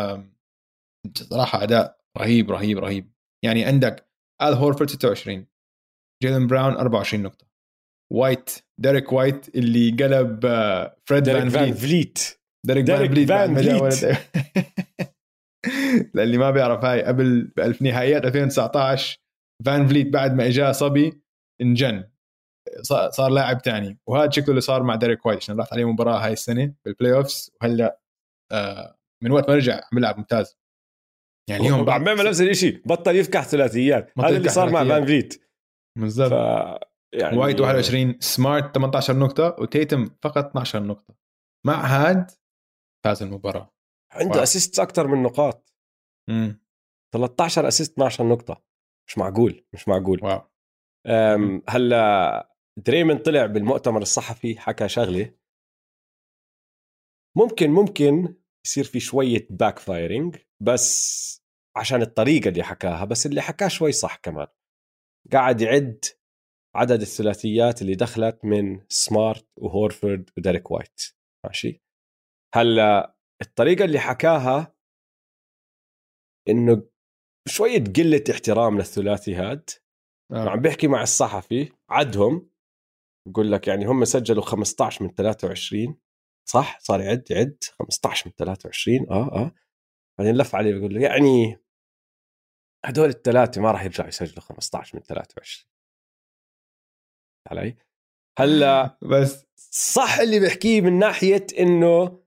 صراحة أداء رهيب رهيب رهيب. يعني عندك آل هورفورد ستة وعشرين، جيلن براون أربعة وعشرين نقطة، وايت ديريك وايت اللي قلب فريد ديريك فان فان فليت فليت ديريك فان ديريك فليت بعد فان ما جاء فليت ولد للي ما بيعرف، هاي قبل في نهائيات ألفين وتسعة عشر فان فليت بعد ما اجى صبي انجن، صار لاعب تاني. وهذا شكله اللي صار مع ديريك وايت عشان راحت عليه مباراة هاي السنة بالبلاي اوفز، وهلا من وقت ما رجع عم يلعب ممتاز. يعني اليوم عم بيعمل نفس الشيء، بطل يفكح ثلاثيات، هذا اللي صار مع فان فليت بالضبط. ف يعني وايت واحد وعشرين، سمارت ثمانية عشر نقطة، وتيتم فقط اثنا عشر نقطة. مع هاد فاز المباراة. عنده اسيست اكثر من نقاط. امم ثلاثة عشر اسيست اثنا عشر نقطة، مش معقول مش معقول. واو. أم هلا دريمن طلع بالمؤتمر الصحفي حكى شغلة ممكن ممكن يصير في شوية باك فايرنج، بس عشان الطريقة اللي حكاها، بس اللي حكاه شوي صح كمان. قاعد يعد عدد الثلاثيات اللي دخلت من سمارت وهورفورد وديريك وايت، ماشي. هلا الطريقة اللي حكاها إنه شوية قلة احترام للثلاثي هاد. آه. عم بيحكي مع الصحفي عدهم، بقول لك يعني هم سجلوا خمسة عشر من ثلاثة وعشرين، صح؟ صار يعد يعد خمسة عشر من ثلاثة وعشرين. اه اه بعدين لف عليه بيقول له يعني هدول الثلاثة ما راح يرجعوا يسجلوا خمسة عشر من ثلاثة وعشرين علي. هلا بس صح اللي بحكيه من ناحية إنه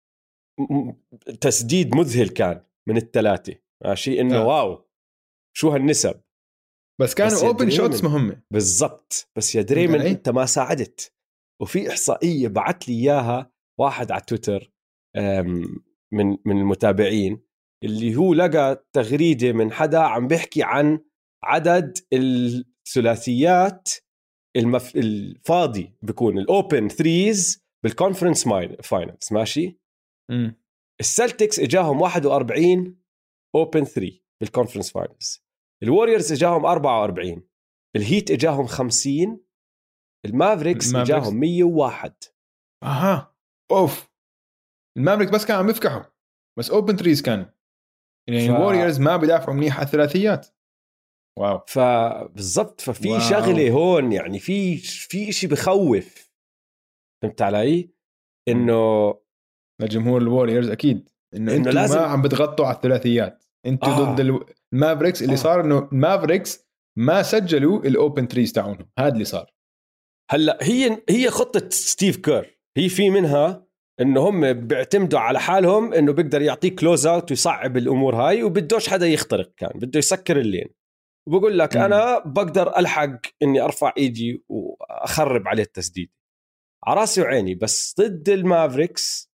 تسديد مذهل كان من الثلاثة، ماشي إنه آه. واو شو هالنسب، بس كانوا اوبن شوتس مهمة. بالضبط. بس يا دريمن انت ما ساعدت. وفي احصائيه بعت لي اياها واحد على تويتر من من المتابعين، اللي هو لقى تغريده من حدا عم بيحكي عن عدد الثلاثيات المف... الفاضي بيكون الاوبن ثريز بالكونفرنس فاينلز، ماشي. امم السلتكس اجاهم واحد وأربعين اوبن ثري بالكونفرنس فاينلز، الوريورز اجاهم أربعة وأربعين، الهيت اجاهم خمسين، المافريكس اجاهم مية وواحد. اها اوف. المافريكس بس كانوا عم يفكحوا، بس اوبن ثريز كانوا يعني. ف... الوريورز ما بيدافعوا منيح على الثلاثيات. واو. فبالضبط ففي واو. شغله هون، يعني في في شيء بخوف، فهمت علي؟ انه لجمهور الوريورز اكيد انه انه انتم لازم ما عم بتغطوا على الثلاثيات، انتم آه. ضد المافريكس. اللي آه. صار انه المافريكس ما سجلوا الاوبن ثريز تاعونهم، هذا اللي صار. هلا هي هي خطه ستيف كير، هي في منها انه هم بيعتمدوا على حالهم، انه بيقدر يعطيك كلوز اوت ويصعب الامور هاي، وبدوش حدا يخترق، كان بده يسكر اللين، وبقول لك مم. انا بقدر الحق اني ارفع ايدي واخرب عليه التسديد على راسي وعيني. بس ضد المافريكس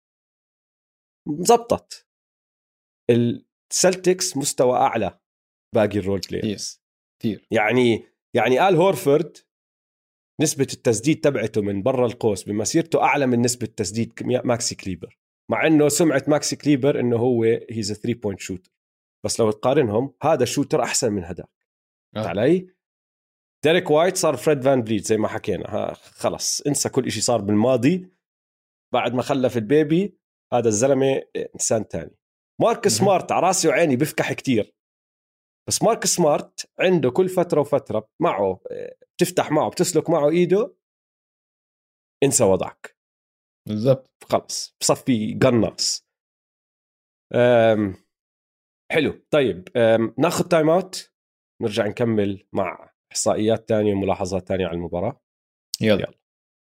زبطت. السلتكس مستوى اعلى باقي الرول بلايرز كثير. يعني يعني آل هورفورد نسبة التسديد تبعته من برا القوس بمسيرته أعلى من نسبة تسديد ماكسي كليبر، مع أنه سمعة ماكسي كليبر أنه هو هيز ثري بوينت شوتر، بس لو تقارنهم هذا شوتر أحسن من هذا. آه. علي ديريك وايت صار فريد فان فليت زي ما حكينا، ها خلص انسى كل إشي صار بالماضي بعد ما خلف البيبي. هذا الزلمة إنسان تاني. مارك سمارت على راسي وعيني بفكح كتير، بس مارك سمارت عنده كل فترة وفترة معه بتفتح معه بتسلك معه إيده، انسى وضعك بالضبط. خلص بصفي قناص. حلو. طيب ناخذ تايم اوت، نرجع نكمل مع إحصائيات تانية وملاحظات تانية على المباراة. يلا, يلا.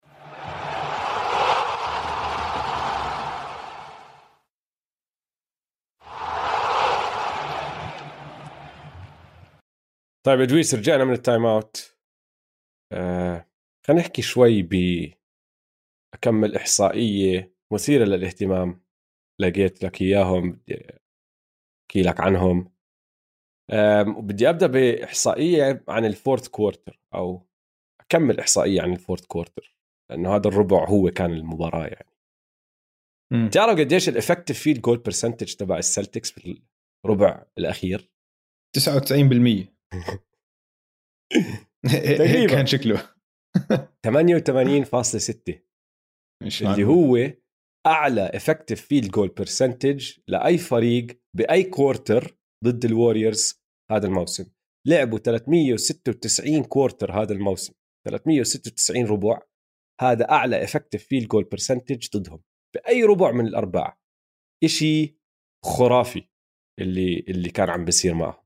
طيب ادويس رجعنا من التايم اوت. آه، خلينا نحكي شوي بأكمل إحصائية مثيرة للاهتمام لقيت لك إياهم، بدي أحكي لك عنهم. وبدي أبدأ بإحصائية عن الفورث كوارتر، أو أكمل إحصائية عن الفورث كوارتر، لأنه هذا الربع هو كان المباراة. يعني م. تعرف قديش الإفكتيف فيلد جول برسنتج تبع السلتكس بالربع الأخير؟ تسعة وتسعين بالمية. تقريبا كان شكله ثمانية وثمانين فاصلة ستة مش اللي هو اعلى افكتيف فيلد جول برسنتج لاي فريق باي كوارتر ضد الواريورز هذا الموسم. لعبوا ثلاثمية وستة وتسعين كوارتر هذا الموسم، ثلاثمية وستة وتسعين ربع. هذا اعلى افكتيف فيلد جول برسنتج ضدهم باي ربع من الاربعه. إشي خرافي اللي اللي كان عم بيصير معه.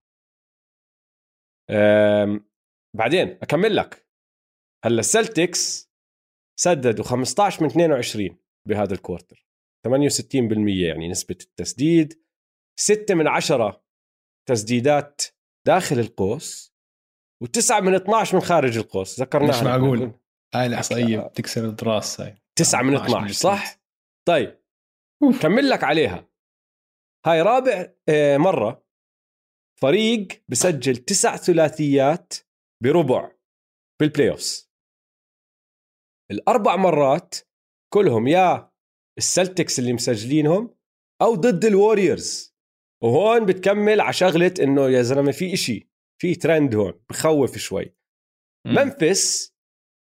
بعدين اكمل لك. هلا السلتكس سددوا خمسة عشر من اثنين وعشرين بهذا الكوارتر، ثمانية وستين بالمية يعني نسبة التسديد. ستة من عشرة تسديدات داخل القوس، وتسعة من اثنا عشر من خارج القوس. ذكرناها مش معقول كن... هاي الإحصائية بتكسر الراس. هاي تسعة من اثنا عشر صح؟ طيب أوف. كمل لك عليها. هاي رابع مرة فريق بسجل تسع ثلاثيات بربع بالبلاي أوفس. الأربع مرات كلهم يا السلتكس اللي مسجلينهم أو ضد الواريورز. وهون بتكمل على شغلة إنه يا زلمة في إشي، في ترند هون بخوف شوي. منفس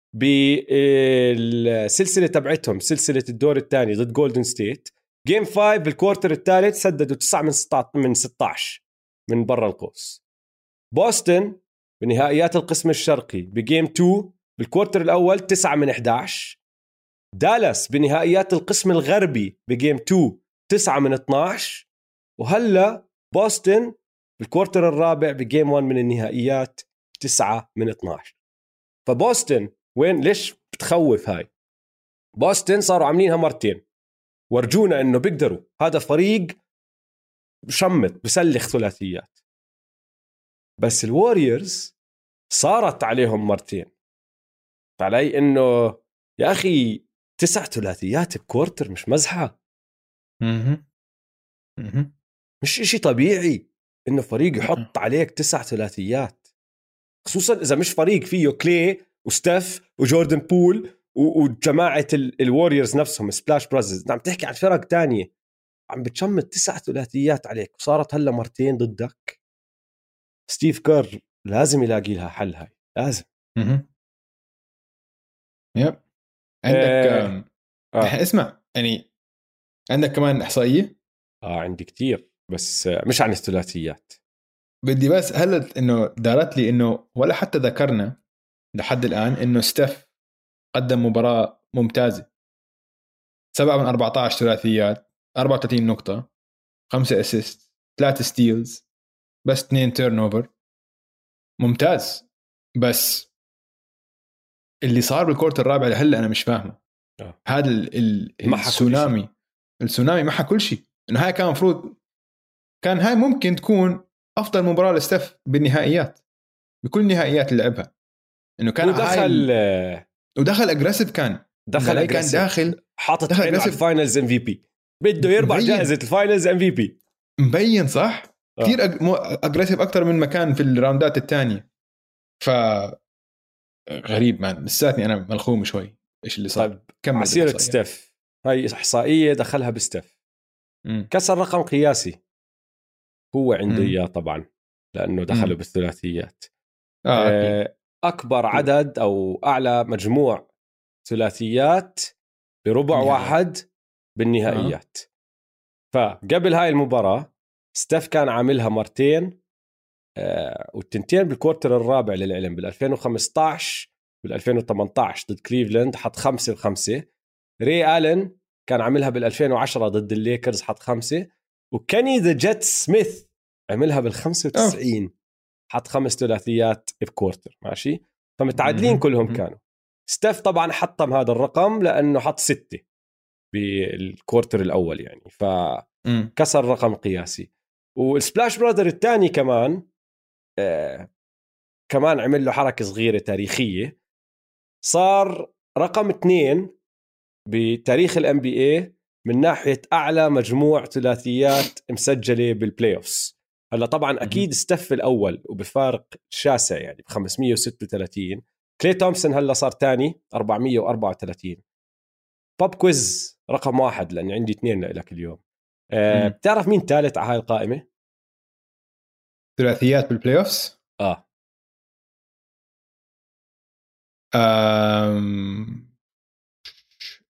بالسلسلة تبعتهم، سلسلة الدور الثاني ضد جولدن ستيت، جيم فايف بالكوارتر الثالث سددوا تسعة من ستة عشر من برا القوس. بوسطن بنهائيات القسم الشرقي بجيم اثنين بالكوارتر الأول تسعة من إحدى عشر. دالاس بنهائيات القسم الغربي بجيم اثنين تسعة من اثنا عشر. وهلأ بوسطن بالكوارتر الرابع بجيم واحد من النهائيات تسعة من اثنا عشر. فبوسطن وين ليش بتخوف هاي؟ بوسطن صاروا عاملينها مرتين، ورجونا انه بيقدروا. هذا فريق بشمت بسلخ ثلاثيات. بس الواريورز صارت عليهم مرتين. علي انه يا اخي تسع ثلاثيات بكورتر مش مزحة. اها اها مش اشي طبيعي انه فريق يحط عليك تسع ثلاثيات، خصوصا اذا مش فريق فيه كلي وستيف وجوردن بول وجماعة الواريورز نفسهم سبلاش برازز. نعم تحكي عن فرق تانية عم بتشمت تسع ثلاثيات عليك، وصارت هلا مرتين ضدك. ستيف كير لازم يلاقي لها حل. هاي لازم. اها يب. عندك آه. آه. اسمع يعني عندك كمان إحصائية. اه عندي كتير بس مش عن الثلاثيات. بدي بس هلا انه دارت لي انه ولا حتى ذكرنا لحد الان انه ستيف قدم مباراة ممتازة. سبعة من أربعة عشر ثلاثيات، أربعة وثلاثين نقطة، خمسة اسيست، ثلاثة ستيلز، بس اثنين تيرن اوفر. ممتاز. بس اللي صار بالكورت الرابع لهلا انا مش فاهمه. آه. هذا السونامي السونامي معها كل شيء. انه هاي كان مفروض كان هاي ممكن تكون افضل مباراة لستيف بالنهائيات، بكل النهائيات اللي لعبها. انه كان ودخل هاي ودخل اجريسيف. كان دخل كان داخل حاطط عينه على الفاينلز ام في بي، بده يربح جائزة الفاينلز ام في بي. مبين صح. آه. كثير اجريسيف اكثر من مكان في الراوندات الثانية. ف غريب مان، لساتني انا ملخوم شوي ايش اللي صار. طيب كمل مسيرة ستيف. هاي احصائية دخلها بستيف. مم. كسر رقم قياسي هو عنده اياه طبعا لانه دخلوا مم. بالثلاثيات. آه آه اكبر عدد او اعلى مجموع ثلاثيات بربع نهاية. واحد بالنهائيات. آه. فقبل هاي المباراة ستيف كان عاملها مرتين، آه والتنتين بالكورتر الرابع للعلم بال ألفين وخمسة عشر بال ألفين وثمانية عشر ضد كليفلاند حط خمسة وخمسة. ري آلن كان عاملها بال ألفين وعشرة ضد الليكرز حط خمسة. وكاني ذا جيت سميث عملها بال خمسة وتسعين حط خمس ثلاثيات بكورتر. ماشي. فمتعادلين كلهم كانوا. ستيف طبعا حطم هذا الرقم لأنه حط ستة بالكورتر الأول يعني، فكسر رقم قياسي. والسبلاش برادر الثاني كمان آه كمان عمل له حركة صغيرة تاريخية. صار رقم اثنين بتاريخ الام بي اي من ناحية أعلى مجموع ثلاثيات مسجلة بالبلاي أوفس. هلا طبعا أكيد ستيف الأول وبفارق شاسع يعني ب خمسمية وستة وثلاثين. كلي تومسون هلا صار تاني أربعمية وأربعة وثلاثين. بوب كويز رقم واحد لأني عندي اثنين لك اليوم. أه بتعرف مين ثالث على هاي القائمة؟ ثلاثيات بالبلاي أوفس؟ آه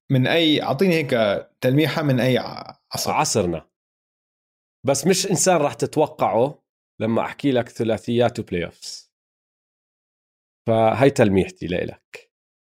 من اي اعطيني هيك تلميحه من اي عصر. عصرنا، بس مش انسان راح تتوقعه لما احكي لك ثلاثيات وبلاي اوفز. فهي تلميحتي لإلك.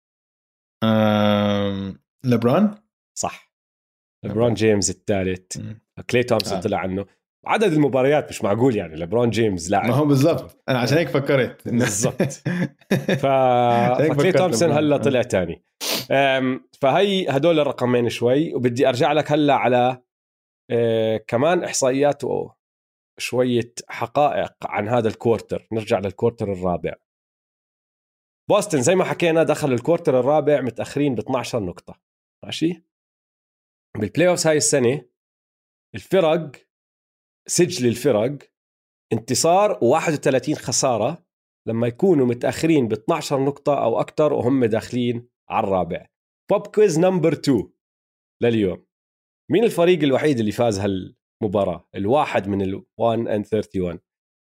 أم... لبران. صح، لبرون جيمس الثالث. كلي تومسون آه. طلع عنه. عدد المباريات مش معقول يعني، لبرون جيمس لاعب. ما هو بالضبط، انا عشان هيك فكرت بالضبط. ف... هيك فكلي فكرت تومسون لبران. هلا آه. طلع تاني. أم، فهي هدول الرقمين شوي، وبدي ارجع لك هلا على أه كمان احصائيات وشويه حقائق عن هذا الكورتر. نرجع للكورتر الرابع. بوسطن زي ما حكينا دخلوا الكورتر الرابع متاخرين ب اثنعش نقطه، ماشي. بالبلاي اوفز هاي السنه الفرق، سجل الفرق انتصار و31 خساره لما يكونوا متاخرين ب اثنعش نقطه او اكثر وهم داخلين على الرابع. بوب كويز نمبر اثنين لليوم، مين الفريق الوحيد اللي فاز هالمباراه؟ الواحد من ال واحد and واحد وثلاثين.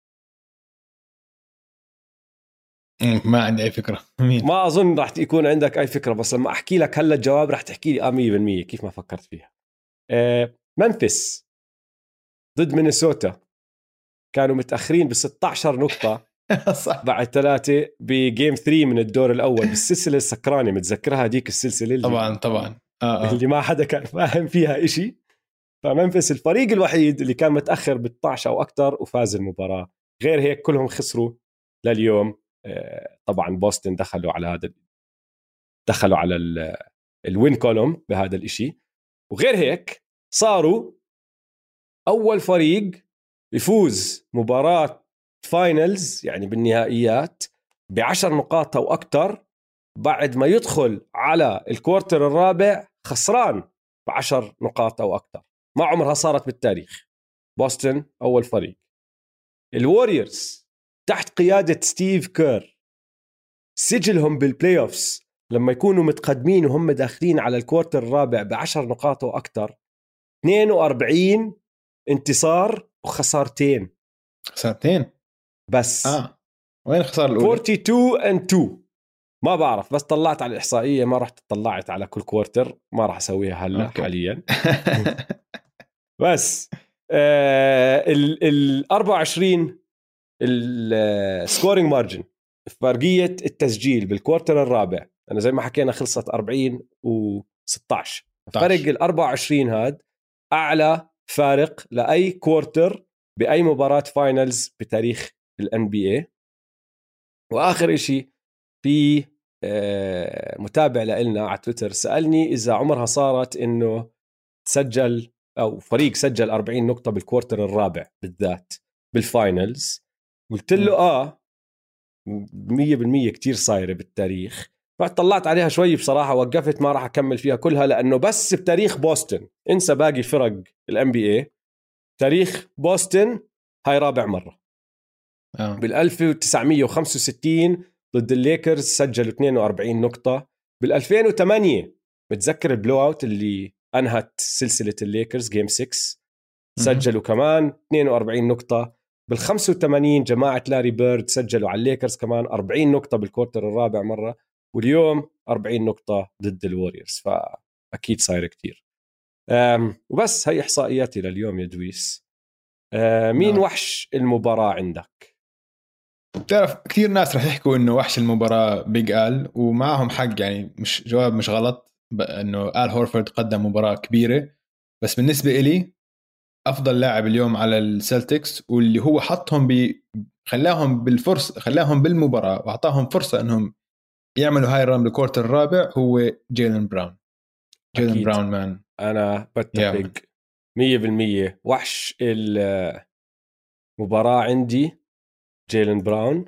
ما عندي اي فكره مين. ما اظن راح يكون عندك اي فكره، بس لما احكي لك هلا الجواب راح تحكي لي اه مية بالمية كيف ما فكرت فيها. آه منفس ضد مينيسوتا كانوا متاخرين ب ستعش نقطه صح. بعد ثلاثه بجيم ثلاثة من الدور الاول بالسلسله السكرانه. متذكرها هذيك السلسله اللي طبعا طبعا آه آه. اللي ما حدا كان فاهم فيها إشي. فمنفس الفريق الوحيد اللي كان متاخر ب اثنعش او اكثر وفاز المباراه. غير هيك كلهم خسروا لليوم. طبعا بوسطن دخلوا على هذا دخلوا على الوين كولوم بهذا الإشي. وغير هيك صاروا اول فريق يفوز مباراه فاينلز يعني بالنهائيات بعشر نقاط او اكثر بعد ما يدخل على الكوارتر الرابع خسران بعشر نقاط او اكثر. ما عمرها صارت بالتاريخ. بوسطن اول فريق. الواريورز تحت قياده ستيف كير سجلهم بالبلاي اوفز لما يكونوا متقدمين وهم داخلين على الكوارتر الرابع بعشر نقاط واكثر اثنين وأربعين انتصار وخسارتين. خسارتين بس اه وين الخساره الاولى؟ اثنين وأربعين and اثنين. ما بعرف، بس طلعت على الإحصائية، ما رحت طلعت على كل كوارتر، ما راح أسويها هلا أوكي. حاليا. بس آه ال ال أربعة وعشرين السكورينج مارجن، فرقية التسجيل بالكوارتر الرابع، أنا زي ما حكينا خلصت أربعين وستة فرق ال أربعة وعشرين هاد أعلى فارق لأي كوارتر بأي مباراة فاينلز بتاريخ ال إن بي إيه. وآخر إشي في متابع لنا على تويتر سألني إذا عمرها صارت إنه تسجل أو فريق سجل أربعين نقطة بالكوارتر الرابع بالذات بالفاينلز. قلت له آه مية بالمية كتير صايرة بالتاريخ. فطلعت عليها شوي بصراحة، وقفت ما راح أكمل فيها كلها لأنه بس بتاريخ بوسطن، انسى باقي فرق الام بي اي، تاريخ بوسطن هاي رابع مرة. آه. بال ألف وتسعمية وخمسة وستين ضد الليكرز سجلوا اثنين وأربعين نقطة. بال ألفين وثمانية متذكر البلو اوت اللي انهت سلسلة الليكرز جيم ستة، سجلوا كمان اثنين وأربعين نقطة. بال خمسة وثمانين جماعة لاري بيرد سجلوا على الليكرز كمان أربعين نقطة بالكورتر الرابع مرة. واليوم أربعين نقطة ضد الواريورز، فأكيد صاير كتير. وبس هي إحصائياتي لليوم يا دويس. مين وحش المباراة عندك؟ بتعرف كثير ناس رح يحكوا انه وحش المباراة بيج آل، ومعهم حق يعني، مش جواب مش غلط انه آل هورفورد قدم مباراة كبيرة، بس بالنسبة إلي افضل لاعب اليوم على السلتكس واللي هو حطهم ب خلاهم بالفرصة خلاهم بالمباراة واعطاهم فرصة انهم يعملوا هاي الران بالكورتر الرابع هو جيلن براون. جيلن براون مان انا بتفق مية بالمية. وحش المباراة عندي جيلن براون.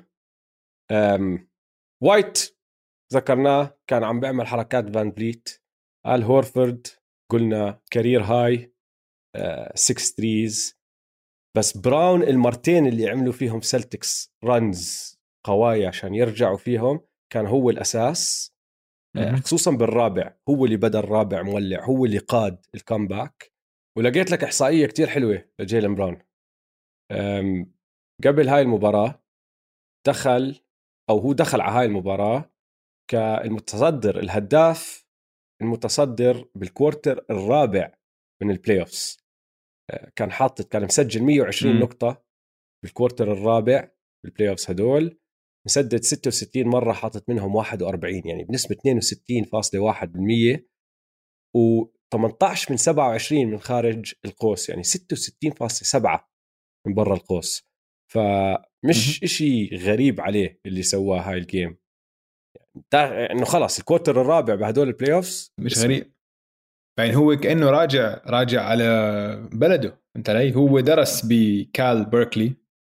وايت ذكرناه كان عم بيعمل حركات فان فليت. آل هورفورد قلنا كارير هاي ستة ثريز. بس براون المرتين اللي عملوا فيهم سلتكس رنز قوايا عشان يرجعوا فيهم كان هو الأساس. خصوصا بالرابع هو اللي بدأ الرابع مولع، هو اللي قاد الكامباك. ولقيت لك إحصائية كتير حلوة لجيلن براون. قبل هاي المباراة دخل أو هو دخل على هاي المباراة كالمتصدر الهداف المتصدر بالكوارتر الرابع من البلاي اوفز. كان حاطط كان مسجل مية وعشرين م. نقطة بالكوارتر الرابع بالبلاي اوفز هدول، مسدد ستة وستين مرة حاطط منهم واحد وأربعين، يعني بنسبة اثنين وستين فاصلة واحد بالمية، و18 من سبعة وعشرين من خارج القوس، يعني ستة وستين فاصلة سبعة من برا القوس. فمش إشي غريب عليه اللي سواه هاي الجيم، يعني انه خلاص الكوارتر الرابع بهدول البلاي اوفز مش اسمه. غريب، يعني هو كأنه راجع راجع على بلده. انت لي هو درس بكال بيركلي،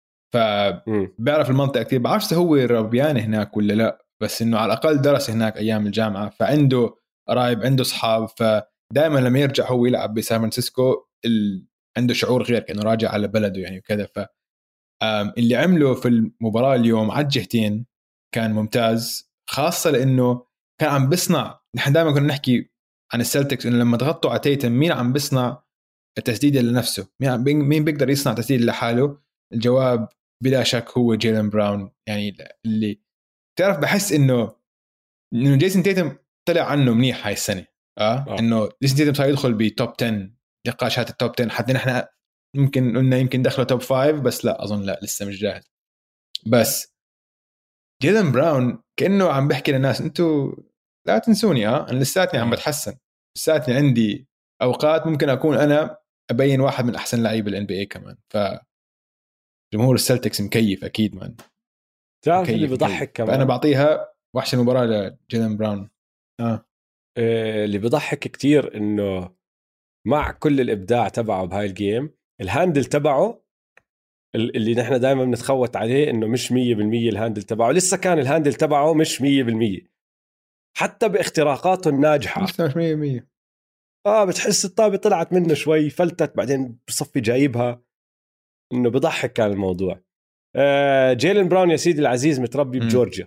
فبيعرف المنطقة كتير. بعرفش هو ربيان هناك ولا لا، بس انه على الأقل درس هناك أيام الجامعة، فعنده قرايب عنده أصحاب، فدائما لما يرجع هو يلعب بسان فرانسيسكو ال... عنده شعور غير كأنه راجع على بلده يعني وكذا. ف اللي عمله في المباراة اليوم على الجهتين كان ممتاز، خاصة لأنه كان عم بصنع. نحن دائما كنا نحكي عن السلتكس إنه لما ضغطوا على تيتم مين عم بصنع التسديدة لنفسه، مين بيقدر يصنع تسديدة لحاله؟ الجواب بلا شك هو جيلن براون. يعني اللي تعرف بحس إنه إنه جيسون تيتم طلع عنه منيح هاي السنة. آه, آه. إنه جيسون تيتم صار يدخل بتوب عشرة نقاشات التوب عشرة، حتى نحن ممكن قلنا يمكن دخله توب خمسة، بس لا أظن لا لسه مش جاهز. بس جيلن براون كأنه عم بحكي للناس انتوا لا تنسوني، اه انا لساتني عم بتحسن، لساتني عندي اوقات ممكن اكون انا ابين واحد من احسن لاعبي الان بي اي كمان. ف جمهور السلتكس مكيف اكيد مان، تعرف اللي بضحك كمان، فانا بعطيها وحش المباراه لجيلن براون. اه إيه اللي بضحك كتير انه مع كل الابداع تبعه بهاي الجيم، الهاندل تبعه اللي نحن دائما بنتخوت عليه انه مش مية بالمية، الهاندل تبعه لسه كان الهاندل تبعه مش مية بالمية حتى باختراقاته الناجحه، لسه مش مية بالمية. اه بتحس الطابه طلعت منه شوي فلتت بعدين بصفي جايبها. انه بضحك كان الموضوع. آه جيلن براون يا سيدي العزيز متربي بجورجيا،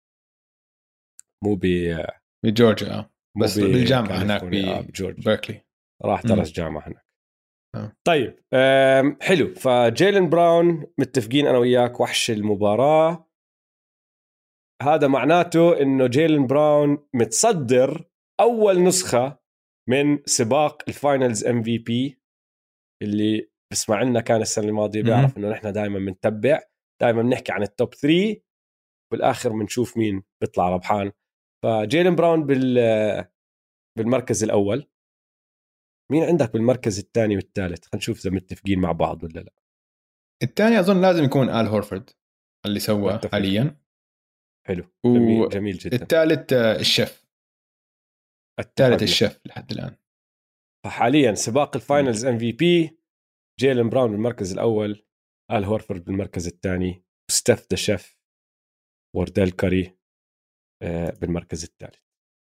مو ب بجورجيا اه مو بس بالجامعه هناك آه بجورجيا، بيركلي راح درس جامعه هناك. آه. طيب حلو. فجيلن براون متفقين انا وياك وحش المباراه. هذا معناته انه جيلن براون متصدر اول نسخه من سباق الفاينلز ام في بي اللي بسمع لنا كان السنه الماضيه، بيعرف انه نحن دائما بنتبع، دائما بنحكي عن التوب ثلاثة، بالاخر بنشوف مين بيطلع ربحان. فجيلن براون بال بالمركز الاول. مين عندك بالمركز الثاني والثالث؟ خلينا نشوف اذا متفقين مع بعض ولا لا. الثاني اظن لازم يكون آل هورفورد اللي سوى متفق. حاليا. حلو جميل جميل جدا. الثالث الشيف الثالث الشيف لحد الان. فحاليا سباق الفاينلز ام في بي جيلن براون بالمركز الاول، آل هورفورد بالمركز الثاني، ستيف ذا شيف ورديل كاري بالمركز الثالث.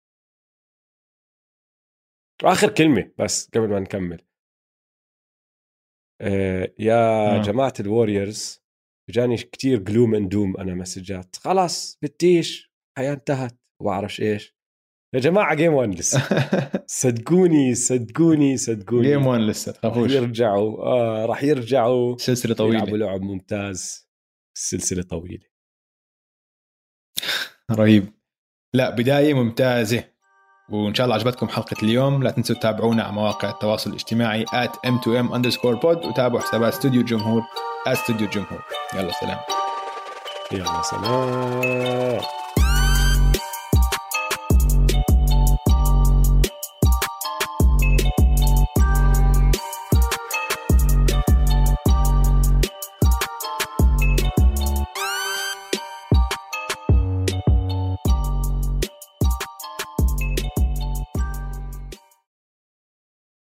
واخر كلمه بس قبل ما نكمل، يا آه. جماعه الواريورز جاني كتير جلوم اند دوم، انا مسجات خلاص بديش حياة انتهت وبعرفش ايش. يا جماعه جيم واحد لسه صدقوني صدقوني صدقوني جيم واحد لسه تخافوش، راح يرجعوا اه راح يرجعوا سلسله طويله، يلعبوا لعب ممتاز. السلسله طويله رهيب. لا بدايه ممتازه، وإن شاء الله عجبتكم حلقة اليوم. لا تنسوا تتابعونا على مواقع التواصل الاجتماعي آت إم تو إم أندرسكور بود، وتابعوا حسابات استوديو الجمهور آت استوديو الجمهور. يلا سلام. يلا سلام.